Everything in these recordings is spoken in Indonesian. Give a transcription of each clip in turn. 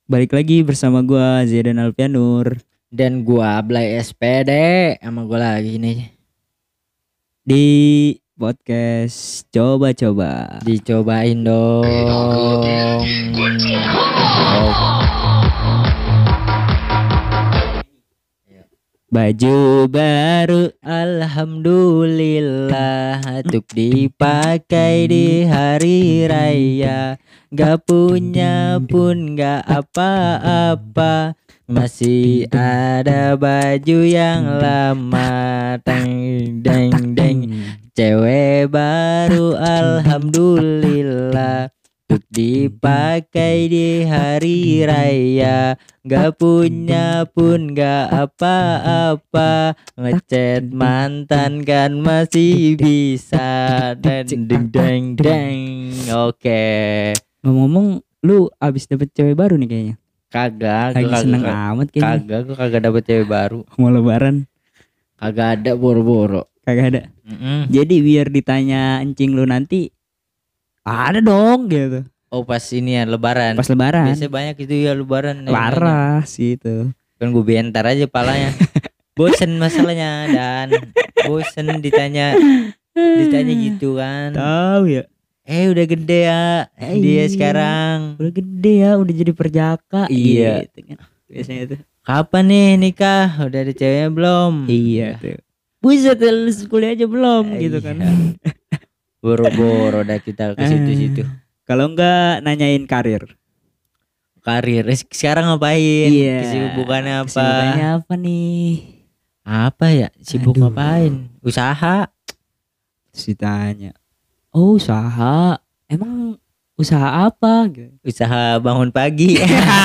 Balik lagi bersama gua Zaidan Alfianur Dan gua Blay SPD sama gua lagi nih. di podcast coba-coba. Dicobain dong. Oh, Baju baru alhamdulillah untuk dipakai di hari raya. Gak punya pun gak apa-apa, masih ada baju yang lama. Deng deng deng. Cewek baru alhamdulillah untuk dipakai di hari raya. Gak punya pun gak apa-apa, ngechat mantan kan masih bisa. Deng deng deng deng. Oke. Ngomong-ngomong, lu abis dapet cewek baru nih kayaknya. Kagak, Lagi seneng amat kayaknya. gue kagak dapet cewek baru. Mau lebaran Kagak ada, boro-boro. kagak ada. Jadi biar ditanya encing lu nanti, ada dong gitu. Oh, pas ini ya lebaran. Pas lebaran. Biasanya banyak itu ya lebaran. Parah sih itu. Kan gue bentar aja palanya. Bosen masalahnya, dan bosen ditanya gitu kan. Tahu ya. Udah gede ya dia sekarang. Udah gede ya, udah jadi perjaka. Iya. Gitu kan. Biasanya tuh. Kapan nih nikah? Udah ada ceweknya belum? Iya tuh. Buset, lulus kuliah aja belum gitu kan. Boro-boro dah kita ke situ-situ. Kalau enggak nanyain karir. Karir sekarang ngapain? Iya. Kesibukannya apa? Kesibukannya apa nih? Apa ya? Sibuk Aduh. ngapain? Usaha? Terus ditanya. Oh, usaha. Emang usaha apa? Gitu. Usaha bangun pagi.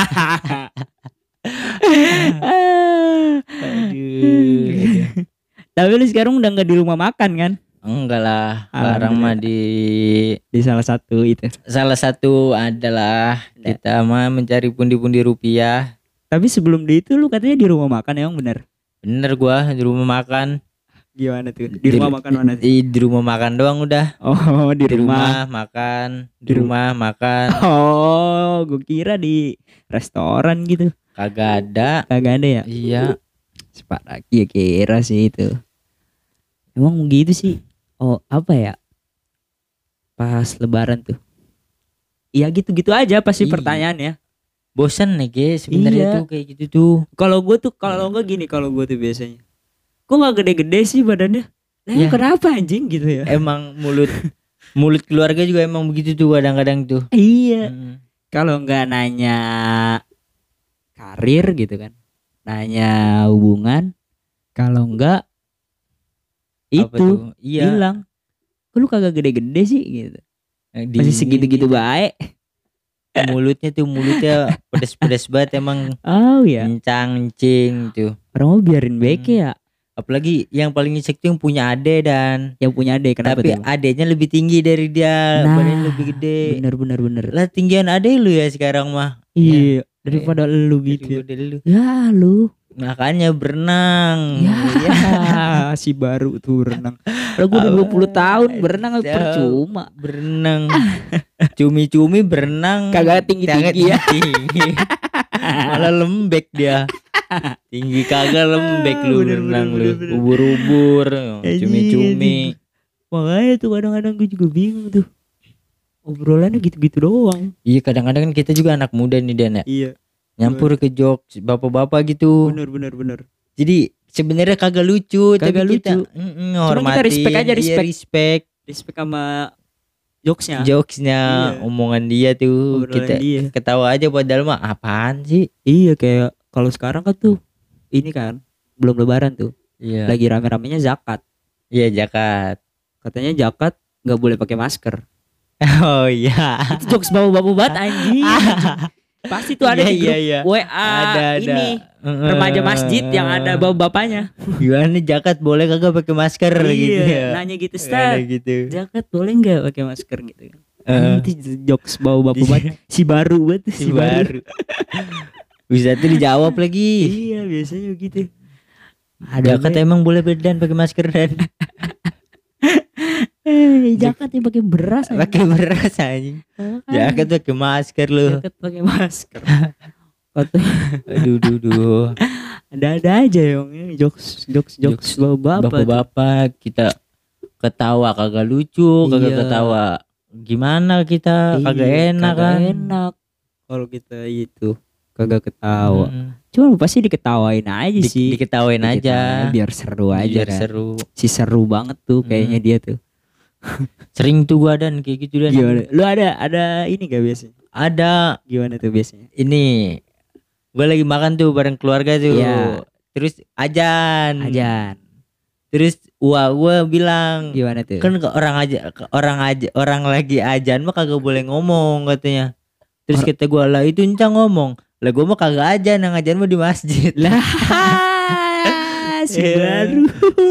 Aduh. Tapi lu sekarang udah nggak di rumah makan kan? Enggak lah, barang mah Di salah satu itu. salah satu adalah kita mah mencari pundi-pundi rupiah. Tapi sebelum di itu lu katanya di rumah makan, emang bener? Bener gua di rumah makan. Gimana tuh? Di rumah makan mana tuh? Di rumah makan doang udah. Oh, di rumah makan, di rumah makan. Oh, gue kira di restoran gitu. Kagak ada. Kagak ada ya? Iya. Separah ya kira sih itu. Emang gitu sih. Oh, apa ya? Pas lebaran tuh. Iya gitu-gitu aja pasti Iya. pertanyaannya. Bosan nih guys sebenarnya Iya. tuh kayak gitu tuh. Kalau gue tuh kalau enggak gini, kalau gue tuh biasanya. Kok nggak gede-gede sih badannya? Nah, Ya. kenapa anjing gitu ya? Emang mulut keluarga juga emang begitu tuh kadang-kadang tuh. Iya. Kalau nggak nanya karir gitu kan, nanya hubungan. Kalau enggak Apa itu tuh? Iya. bilang, kok lu kagak gede-gede sih gitu. Dingin Masih segitu-gitu gitu. baik. Mulutnya pedes-pedes banget emang. Oh ya. Encang-encing tuh. Orang mau biarin baik ya. Apalagi yang paling nyesek tuh yang punya ade dan Yang punya adek, kenapa tapi tuh? adenya lebih tinggi dari dia, Nah, badannya lebih gede. Bener. Lah tinggian ade lu ya sekarang mah. Iya, daripada lu gitu. Daripada lu. Ya lu. Makanya berenang. Ya, si baru tuh berenang. Kalau gue udah 20 tahun berenang percuma. Berenang. Cumi-cumi berenang. Kagak tinggi-tinggi ya. Tinggi. Malah lembek dia. Tinggi kagak lembek lu Bener, berenang lu. bener. Ubur-ubur, cumi-cumi. Makanya tuh kadang-kadang gue juga bingung tuh. Obrolannya gitu-gitu doang. Iya, kadang-kadang kan kita juga anak muda nih Dan ya. Iya. Nyampur ke jokes bapak-bapak gitu. Bener. Jadi sebenarnya kagak lucu, Kagak tapi kita lucu. ngehormatin. Cuma kita respect aja, Iya, respect. Respect sama jokesnya. Jokesnya, Iya. omongan dia tuh. Obrolan Kita dia. ketawa aja padahal mah apaan sih? Iya, kayak kalau sekarang kan tuh ini kan belum lebaran tuh. Iya. Lagi rame-ramenya zakat. Iya, zakat. Katanya zakat nggak boleh pakai masker. Oh iya. Itu jokes babu-babu banget anjing. Pasti tuh ada di grup Iya. WA Ada. ini remaja masjid yang ada bapak-bapaknya. Gimana nih zakat boleh kagak pakai masker gitu ya? Nanya gitu, Ustaz. Gitu. Zakat boleh nggak pakai masker gitu kan? Itu jokes babu-babu banget. Si baru banget tuh, Si baru. Bisa tuh dijawab lagi. Iya, biasanya begitu. Zakat emang boleh berdan pakai masker dan Zakat yang pakai beras. pakai beras anjing. Zakat pakai masker lu. Zakat pakai masker. Atau Aduh. ada aja yang jokes bapak. Bapak-bapak kita ketawa kagak lucu, kagak Iya. ketawa. Gimana kita kagak enak kagak kan? enak kalau kita itu kagak ketawa. Mm. Cuma pasti diketawain aja sih. Diketawain aja. Diketawain biar seru aja Biar kan. seru. Si seru banget tuh kayaknya dia tuh. Sering tuh gua dan kayak gitu dan. Gimana? Lu ada ini gak biasanya? Ada Gimana tuh biasanya? ini. Gua lagi makan tuh bareng keluarga tuh. Iya. Terus ajan. Terus gua bilang, Gimana tuh? kan orang lagi ajan mah kagak boleh ngomong katanya. Terus kata gua, lah itu encang ngomong. Lah gua mah kagak ajan, yang ajan mah di masjid. Lah si baru.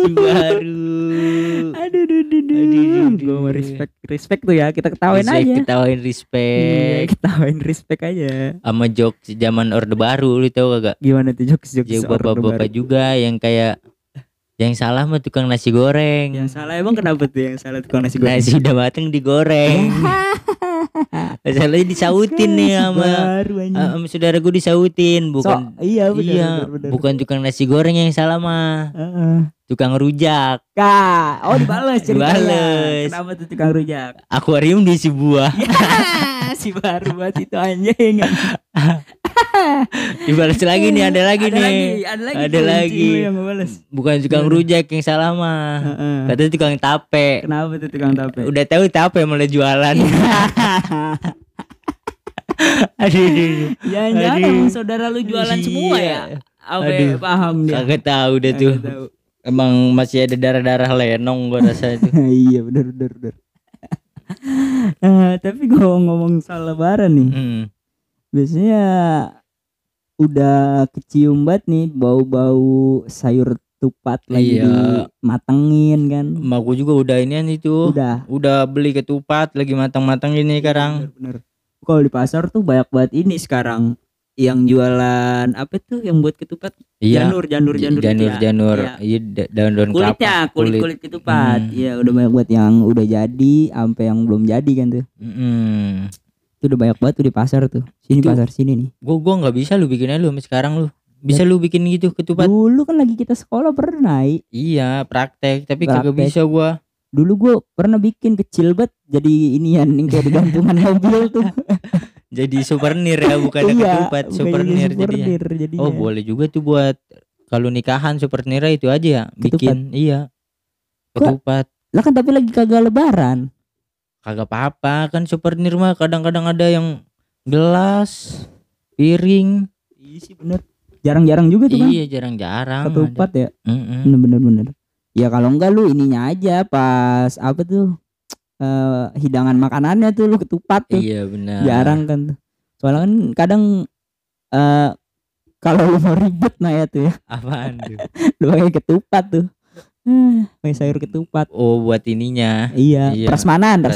Aduh. Gue mau respect tuh ya, kita ketawain aja. Ketawain Iya, respect. ketawain respect aja. Sama jokes zaman Orde Baru, lu tau kagak? Gimana tuh jokes Ya bapak-bapak juga yang kayak yang salah mah tukang nasi goreng. Yang salah emang kenapa tuh yang salah tukang nasi goreng? Nasi udah mateng digoreng. Masalahnya disautin nih sama saudara gue disautin, bukan. Iya benar. Bukan tukang nasi goreng yang salah mah. Tukang rujak. Oh dibales ceritanya. Dibales. Kenapa tuh tukang rujak? Akuarium diisi buah. Si baru banget itu anjing. Dibales lagi nih, ada lagi. Ada lagi yang ngebales. Bukan tukang rujak yang salah mah. Katanya tukang tape. Kenapa tuh tukang tape? Udah tahu tape malah jualan. Aduh. Jangan emang saudara lu jualan semua ya? Aduh. Paham dia. Kagak tahu deh tuh. Emang masih ada darah-darah lenong gua rasa itu. Iya benar. Tapi gua ngomong soal lebaran nih. Biasanya udah kecium banget nih bau-bau sayur tupat lagi dimatengin kan. Emak gua juga udah inian itu. Udah beli ketupat lagi matang-matang ini sekarang. Bener. Kalau di pasar tuh banyak banget ini sekarang yang jualan apa tuh yang buat ketupat? Iya. Janur. Iya, daun-daun kelapa. Kulit ketupat. Iya, udah banyak banget yang udah jadi sampai yang belum jadi kan tuh. Itu udah banyak banget tuh di pasar tuh. Sini itu, pasar sini nih. Gua enggak bisa lu bikin aja lu sampai sekarang lu. Bisa lu bikin gitu ketupat? Dulu kan lagi kita sekolah pernah. Iya, praktek, tapi kagak bisa gua. Dulu gua pernah bikin kecil banget jadi inian yang kayak di gantungan mobil tuh. Jadi souvenir ya, bukan ketupat, souvenir jadinya. Oh, boleh juga tuh buat kalau nikahan souvenir itu aja ya, bikin. Iya. Ketupat. Lah kan tapi lagi kagak lebaran. Kagak apa-apa, kan souvenir mah kadang-kadang ada yang gelas, piring. Iya sih bener. Jarang-jarang juga tuh kan. Iya, jarang-jarang. Ketupat ya. Bener. Ya kalau enggak lu ininya aja pas apa tuh? Hidangan makanannya tuh lu ketupat tuh. Iya benar. Jarang kan tuh. Soalnya kan kadang kalau lu mau ribet nah ya tuh ya. Apaan tuh? Lu pakai ketupat tuh. Pakai sayur ketupat. Oh, buat ininya. Iya. Prasmanannya.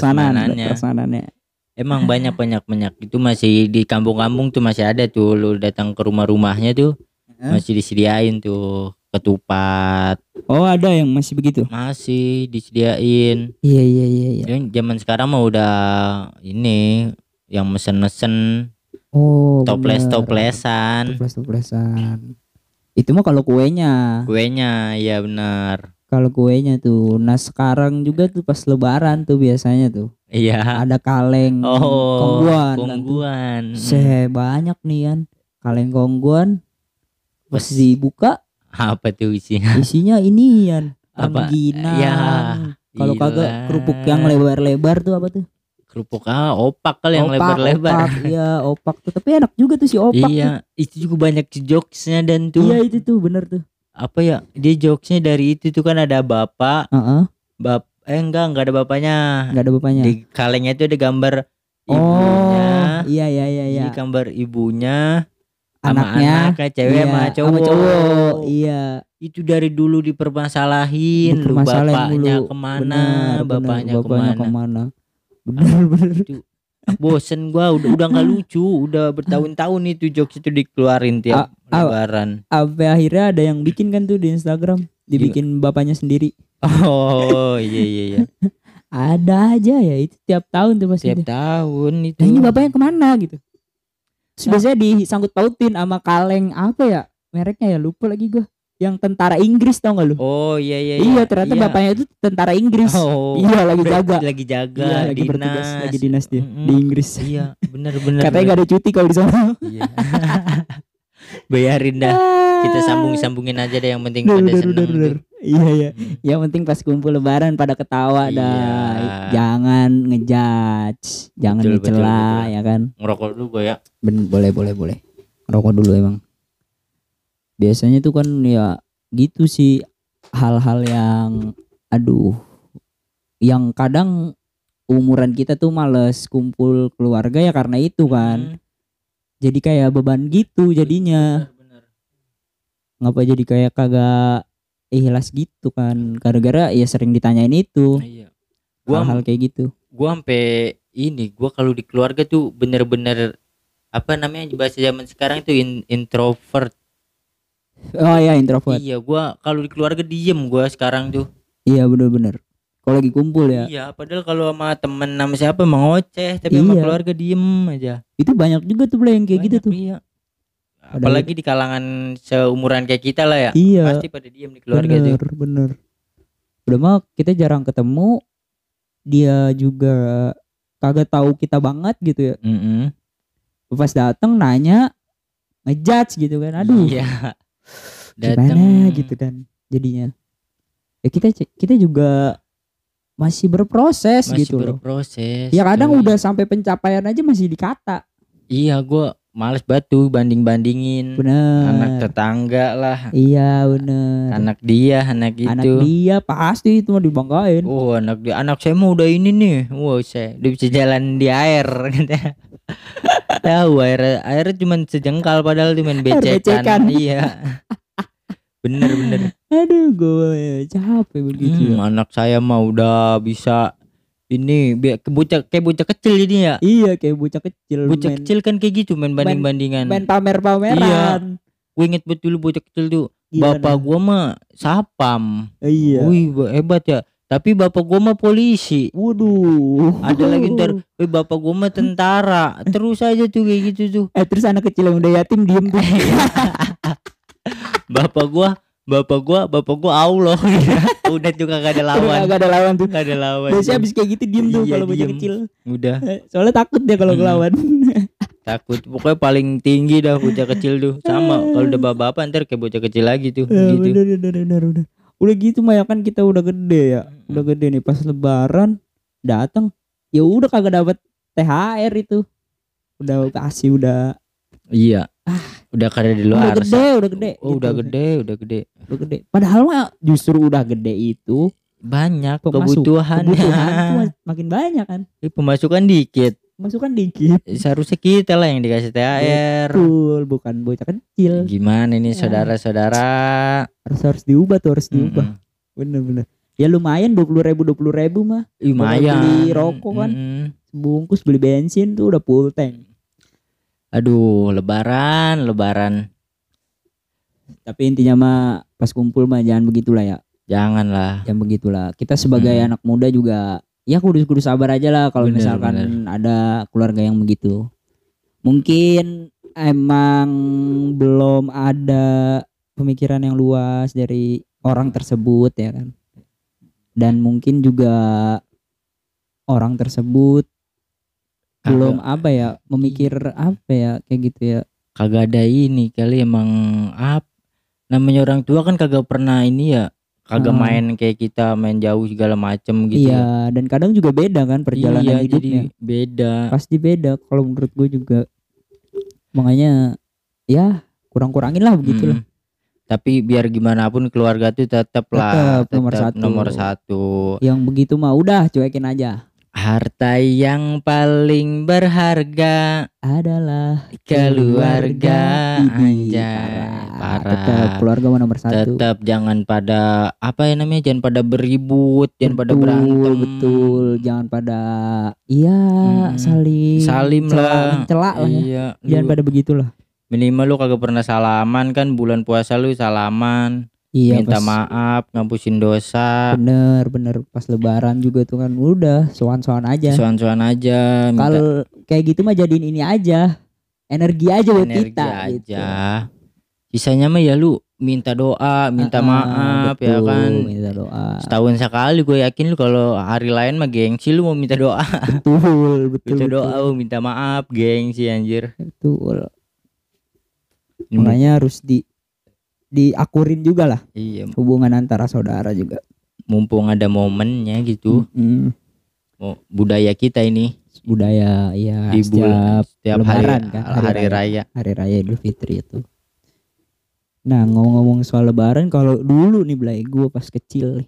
Emang banyak itu masih di kampung-kampung tuh masih ada tuh, lu datang ke rumah-rumahnya tuh masih disediain tuh ketupat. Oh, ada yang masih begitu? Masih disediain. Iya. Zaman sekarang mah udah ini yang mesen-mesen. Oh, toples-toplesan. Itu mah kalau kuenya. Iya benar. Kalau kuenya tuh. Nah, sekarang juga tuh pas lebaran tuh biasanya tuh. Iya. Ada kaleng kongguan. Banyak nih kan. Kaleng kongguan. Pas dibuka apa tuh isinya? Isinya inian rengginang. Ya. Kalau kagak kerupuk yang lebar-lebar tuh apa tuh? Kerupuk opak kali yang lebar-lebar. Iya, opak tuh. Tapi enak juga tuh si opak. Iya, tuh. Itu juga banyak jokesnya dan tuh. Iya, itu tuh bener tuh. Apa ya? Dia jokesnya dari itu tuh kan ada bapak. Enggak ada bapaknya. Enggak ada bapaknya. Di kalengnya itu ada gambar ibunya. Iya. Di gambar ibunya. Anaknya cewek sama cowok. Iya. Itu dari dulu dipermasalahin. Lu bapaknya kemana? Bapaknya kemana? Bener. Bosen gua udah nggak lucu. Udah bertahun-tahun itu jokes itu dikeluarin tiap lebaran. Sampai akhirnya ada yang bikin kan tuh di Instagram. Dibikin bapaknya sendiri. Oh iya. Ada aja ya itu tiap tahun tuh pasti. Tiap tahun itu. Nah, ini bapaknya kemana gitu? Terus biasanya disangkut pautin sama kaleng apa ya? Mereknya ya lupa lagi gue. Yang tentara Inggris tau gak lu? Oh iya. Iya ternyata bapaknya itu tentara Inggris. Iya lagi jaga. Iya, lagi bertugas, lagi dinas dia di Inggris. Iya bener. Katanya gak ada cuti kalau di sana. Iya. Bayarin dah. Kita sambungin aja deh, yang penting pada seneng. Iya. Yang penting pas kumpul lebaran pada ketawa dah. Jangan ngejudge, jangan dicela ya kan. Ngerokok dulu gue ya. Boleh. Ngerokok dulu emang. Biasanya tuh kan ya gitu sih, hal-hal yang yang kadang umuran kita tuh males kumpul keluarga ya karena itu kan. Jadi kayak beban gitu jadinya. Bener. Ngapa jadi kayak kagak ikhlas gitu kan, gara-gara ya sering ditanyain itu. Iya. Hal-hal kayak gitu. Gua sampai gua kalau di keluarga tuh bener-bener apa namanya bahasa zaman sekarang tuh introvert. Oh iya, introvert. Iya, gua kalau di keluarga diem gua sekarang tuh. Iya benar-benar. Kalau lagi kumpul ya. Iya, padahal kalau sama temen sama siapa ngoceh, tapi sama keluarga diem aja. Itu banyak juga tuh yang kayak gitu tuh. Iya. Apalagi di kalangan seumuran kayak kita lah ya. Iya. Pasti pada diem di keluarga tuh. Bener. Udah mah kita jarang ketemu. Dia juga kagak tahu kita banget gitu ya. Pas dateng nanya, ngejudge gitu kan. Aduh. Iya. Gimana gitu kan jadinya. Ya kita juga masih berproses gitu loh. Ya kadang udah sampai pencapaian aja masih dikata. Iya, gue males batu bandingin. Bener. Anak tetangga lah. Iya bener. Anak itu. Anak dia pasti itu mau dibanggain. Oh anak saya mau udah ini nih. Wow, saya udah bisa jalan di air. Tahu air cuma sejengkal padahal cuma becekan. Iya. Bener. Aduh gue capek begitu. Anak saya mah udah bisa ini kayak bocah kecil ini ya. Iya kayak bocah kecil. Bocah kecil kan kayak gitu main banding-bandingan. Main pamer-pameran. Iya. Gue inget betul bocah kecil tuh. Bapak gua mah sapam. Iya. Wih hebat ya. Tapi bapak gua mah polisi. Waduh. Ada lagi ntar, bapak gua mah tentara. Terus aja tuh kayak gitu tuh. Terus anak kecil yang udah yatim diem tuh. Bapak gua Allah. Udah juga gak ada lawan. Gak ada lawan. Biasanya abis kayak gitu diem tuh kalau bocah kecil. Udah. Soalnya takut dia kalau ngelawan. Takut. Pokoknya paling tinggi dah bocah kecil tuh. Sama kalau udah bapak ntar kayak bocah kecil lagi tuh. Gitu. Udah. Udah gitu mah ya kan kita udah gede ya. Udah gede nih pas lebaran datang. Ya udah kagak dapet THR itu. Udah kasih udah. Iya. Udah kada di luar. Udah gede. Oh, gitu. Udah gede. Padahal mah justru udah gede itu banyak kebutuhan tuh makin banyak kan. Pemasukan dikit. Seharusnya kita lah yang dikasih THR. Betul, bukan bocah kecil. Gimana ini saudara-saudara? Harus diubah tuh, Bener. Ya lumayan 20.000 mah. Lumayan. Beli rokok kan. Bungkus beli bensin tuh udah full tank. Aduh, lebaran. Tapi intinya mah pas kumpul mah jangan begitulah ya. Jangan begitulah. Kita sebagai anak muda juga ya kudu sabar aja lah kalau misalkan ada keluarga yang begitu. Mungkin emang belum ada pemikiran yang luas dari orang tersebut ya kan. Dan mungkin juga orang tersebut belum memikir kayak gitu ya. Kagak ada ini kali emang namanya orang tua kan kagak pernah ini ya, kagak main kayak kita main jauh segala macem gitu. Iya, dan kadang juga beda kan perjalanan hidupnya. Jadi beda. Pasti beda kalau menurut gue juga. Makanya ya kurang-kurangin lah begitulah. Tapi biar gimana pun keluarga tuh tetap nomor satu. Yang begitu mah udah cuekin aja. Harta yang paling berharga adalah keluarga. Parah. Tetap keluarga nomor satu. Tetap jangan pada jangan pada beribut, jangan pada berantem. Betul, jangan pada salim lah, celak lah. Iya, jangan pada begitulah. Minimal lu kagak pernah salaman kan, bulan puasa lu salaman. Iya, minta maaf, ngapusin dosa. Bener pas lebaran juga tuh kan udah soan-soan aja. Kalau kayak gitu mah jadiin ini aja. energi aja buat energi kita aja gitu. Sisanya mah ya lu minta doa, minta maaf, betul, ya kan. Minta doa. Setahun sekali gue yakin lu kalau hari lain mah gengsi lu mau minta doa. Betul. Minta doa, minta maaf, gengsi anjir. Betul. Makanya harus diakurin juga lah. Iya. Hubungan antara saudara juga. Mumpung ada momennya gitu. Budaya kita ini. Budaya ya di setiap lebaran hari, kan, hari raya Idul Fitri itu. Nah, ngomong-ngomong soal lebaran, kalau dulu nih Blay, gue pas kecil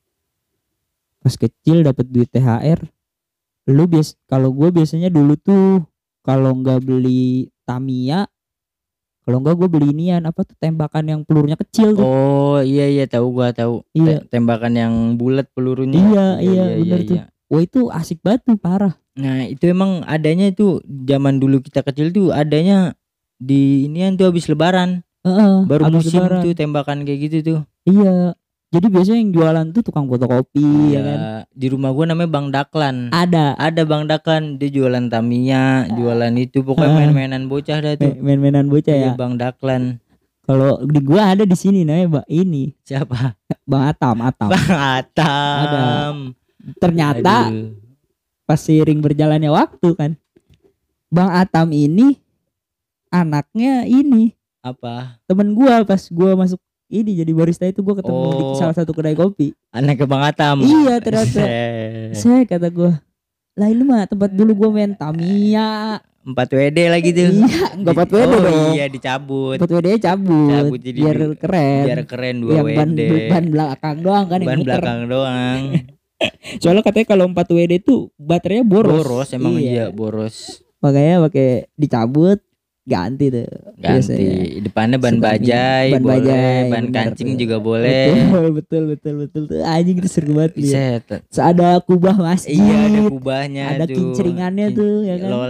dapat duit THR. Kalau gue biasanya dulu tuh kalau nggak beli Tamiya, kalau nggak gue beli inian apa tuh tembakan yang pelurunya kecil tuh. Oh iya tahu. Iya. Tembakan yang bulat pelurunya. Iya benar tuh. Wah itu asik banget tuh, parah. Nah itu emang adanya itu zaman dulu kita kecil tuh adanya di inian tuh habis lebaran. Baru musim lebaran. Tuh tembakan kayak gitu tuh. Iya. Jadi biasanya yang jualan tuh tukang fotokopi ya kan. Di rumah gua namanya Bang Daklan. Ada Bang Daklan, dia jualan Tamiya, jualan itu pokoknya main-mainan bocah dah tuh. Main-mainan bocah ya. Bang Daklan. Kalau di gua ada di sini namanya ini. Siapa? Bang Atam. Bang Atam. Ada. Ternyata pas seiring berjalannya waktu kan, Bang Atam ini anaknya ini apa? Temen gua pas gua masuk ini jadi barista itu, gua ketemu di salah satu kedai kopi. Anaknya Bang Atam. Iya ternyata. Saya kata gua, lah lu mah tempat dulu gua main Tamiya. 4 WD lagi tuh. Iya, enggak 4 WD dong. Iya dicabut. 4 WD cabut jadi biar keren 2 yang WD. Ban belakang doang kan, ban belakang doang. Soalnya katanya kalau 4 WD tuh baterainya boros. Boros emang iya boros. Makanya pakai dicabut, ganti tuh. Ganti. Biasanya. Depannya ban bajai, ban kancing juga boleh. Betul tuh. Anjing itu seru banget ya. Ada kubah masjid. Iya, ada kubahnya ada tuh. Kinceringannya tuh ya kan.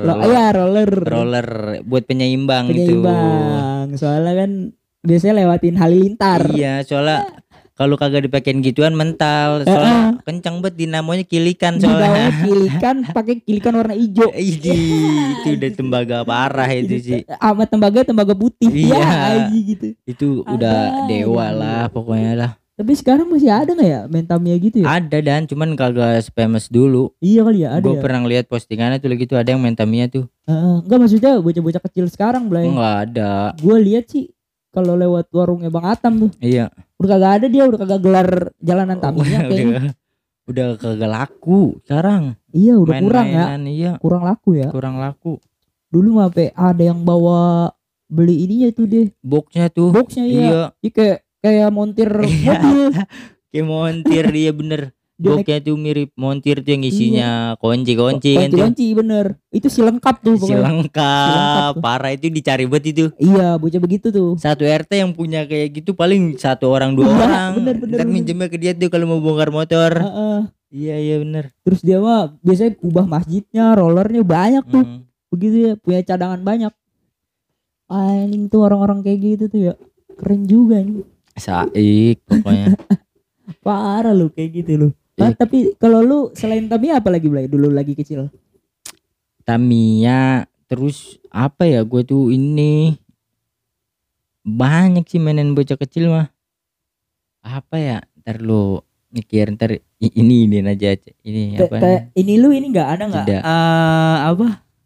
Roller buat penyeimbang itu. Soalnya kan biasanya lewatin halilintar. Iya, soalnya kalau kagak dipakein gituan mental, soalnya kencang banget dinamonya kilikan soalnya. Kilikan pakai kilikan warna hijau. Itu udah tembaga parah itu sih. Sama tembaga putih. Iya. Gitu. Itu udah dewa lah pokoknya lah. Tapi sekarang masih ada nggak ya main Tamiya gitu ya? Ada dan cuman kagak famous dulu. Iya kali ya ada. Gue pernah lihat postingannya tuh gitu ada yang main Tamiya tuh. Enggak, maksudnya bocah-bocah kecil sekarang Blay. Enggak ada. Gue lihat sih kalau lewat warungnya Bang Atam tuh. Iya. Udah kagak ada, dia udah kagak gelar jalanan Tamiya kayaknya. Udah kagak laku sekarang. Iya udah kurang ya. Iya. Kurang laku ya. Kurang laku. Dulu mah ada yang bawa beli ininya tuh deh. Boxnya tuh. Iya. Kayak montir mobil. Kayak montir dia bener. Boxnya tuh mirip montir tuh yang isinya kunci kan tuh. Kunci bener. Itu si lengkap tuh pokoknya. Si lengkap. Parah itu dicari banget itu. Iya bocah begitu tuh. Satu RT yang punya kayak gitu paling 1 orang 2 orang. Bener. Ntar minjemnya ke dia tuh kalau mau bongkar motor. Iya bener. Terus dia mah biasanya kubah masjidnya, rollernya banyak tuh. Begitu ya, punya cadangan banyak. Anjing tuh orang-orang kayak gitu tuh ya. Keren juga nih. Saik pokoknya. Parah lu kayak gitu lu. Tapi kalau lu selain Tamiya apa lagi Blay dulu lagi kecil? Tamiya, terus apa ya, gue tuh ini banyak sih mainan bocah kecil mah. Apa ya? Ntar lu mikir ini aja. Ini apa? Ini lu ini enggak ada enggak? Apa?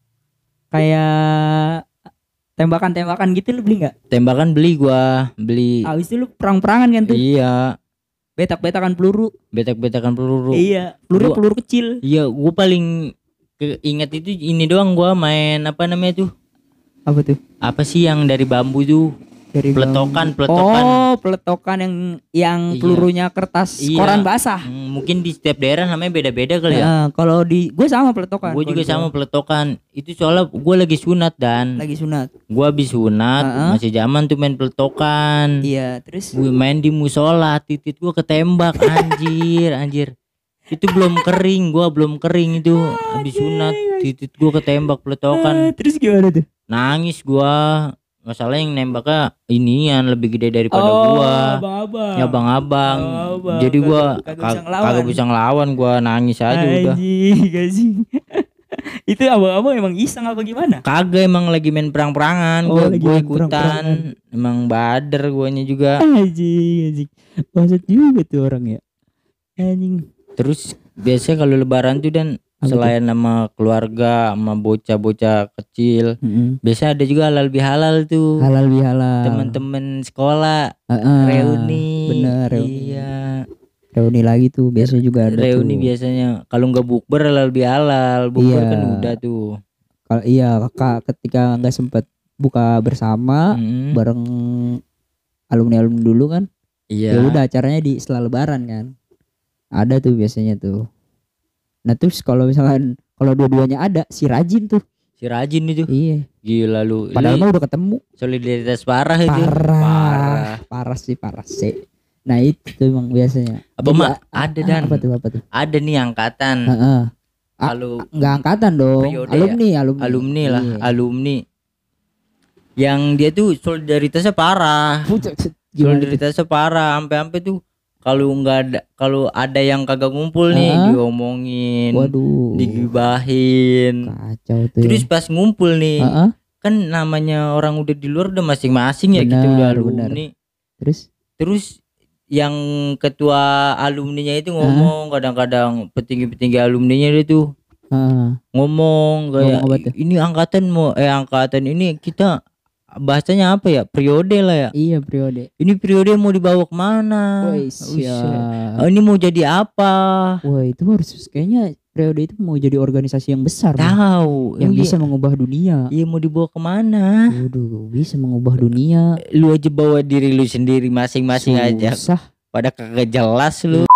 Kayak tembakan gitu lu beli enggak? Tembakan beli. Habis itu lu perang-perangan kan tuh? Iya. Betak-betakan peluru. Iya, peluru kecil. Iya, gue paling ingat itu ini doang, gue main apa namanya tuh? Apa tuh? Apa sih yang dari bambu tuh? Dari peletokan. Oh, peletokan yang pelurunya kertas koran basah. Mungkin di setiap daerah namanya beda-beda kali ya. Kalau di gue sama peletokan. Gue juga sama peletokan. Itu soalnya gue lagi sunat dan. Gue habis sunat, masih zaman tuh main peletokan. Iya, terus gue main di musola, titik gue ketembak anjir. Itu belum kering itu. Habis sunat, titik gue ketembak peletokan. Terus gimana tuh? Nangis gue. Masalah yang nembaknya inian lebih gede daripada gua. Ya abang-abang. Jadi gua kagak bisa ngelawan, gua nangis aja udah. Itu abang-abang emang iseng apa gimana? Kagak, emang lagi main perang-perangan. Gue ikutan. Emang bader guanya juga. Anjing. Maksud juga tuh orang ya. Anjing. Terus biasanya kalau lebaran tuh dan selain sama keluarga, sama bocah-bocah kecil, biasa ada juga halal bihalal tuh. Halal bihalal. Teman-teman sekolah reuni. Bener. Iya. Reuni lagi tuh biasa juga ada. Reuni tuh. Biasanya kalau nggak bukber halal bihalal, bukber kan udah tuh. Kalau kakak ketika nggak sempet buka bersama bareng alumni dulu kan. Iya. Ya udah acaranya di setelah lebaran kan. Ada tuh biasanya tuh. Nah terus kalau misalkan dua-duanya ada si rajin tuh. Si rajin itu. Iya. Gila lu. Padahal mah udah ketemu. Solidaritas parah itu. Parah sih. Nah itu tuh emang biasanya. Apa mak ada dan apa tuh? Ada nih angkatan. Kalau nggak angkatan dong. Alumni lah. Iya. Alumni. Yang dia tuh solidaritasnya parah. Solidaritasnya parah. Sampai tuh kalau ada yang kagak ngumpul nih diomongin, digibahin. Kacau tuh. Terus pas ngumpul nih, kan namanya orang udah di luar udah masing-masing ya, kita udah alumni. Terus yang ketua alumninya itu ngomong, kadang-kadang petinggi-petinggi alumninya itu ngomong kayak ini angkatan ini kita bahasanya apa ya, periode lah ya. Iya, periode. Ini periode mau dibawa kemana? Ini mau jadi apa? Wah itu harus kayaknya periode itu mau jadi organisasi yang besar. Tahu. Yang bisa mengubah dunia. Iya, mau dibawa kemana? Waduh, bisa mengubah dunia. Lu aja bawa diri lu sendiri masing-masing aja. Susah. Pada kagak jelas lu.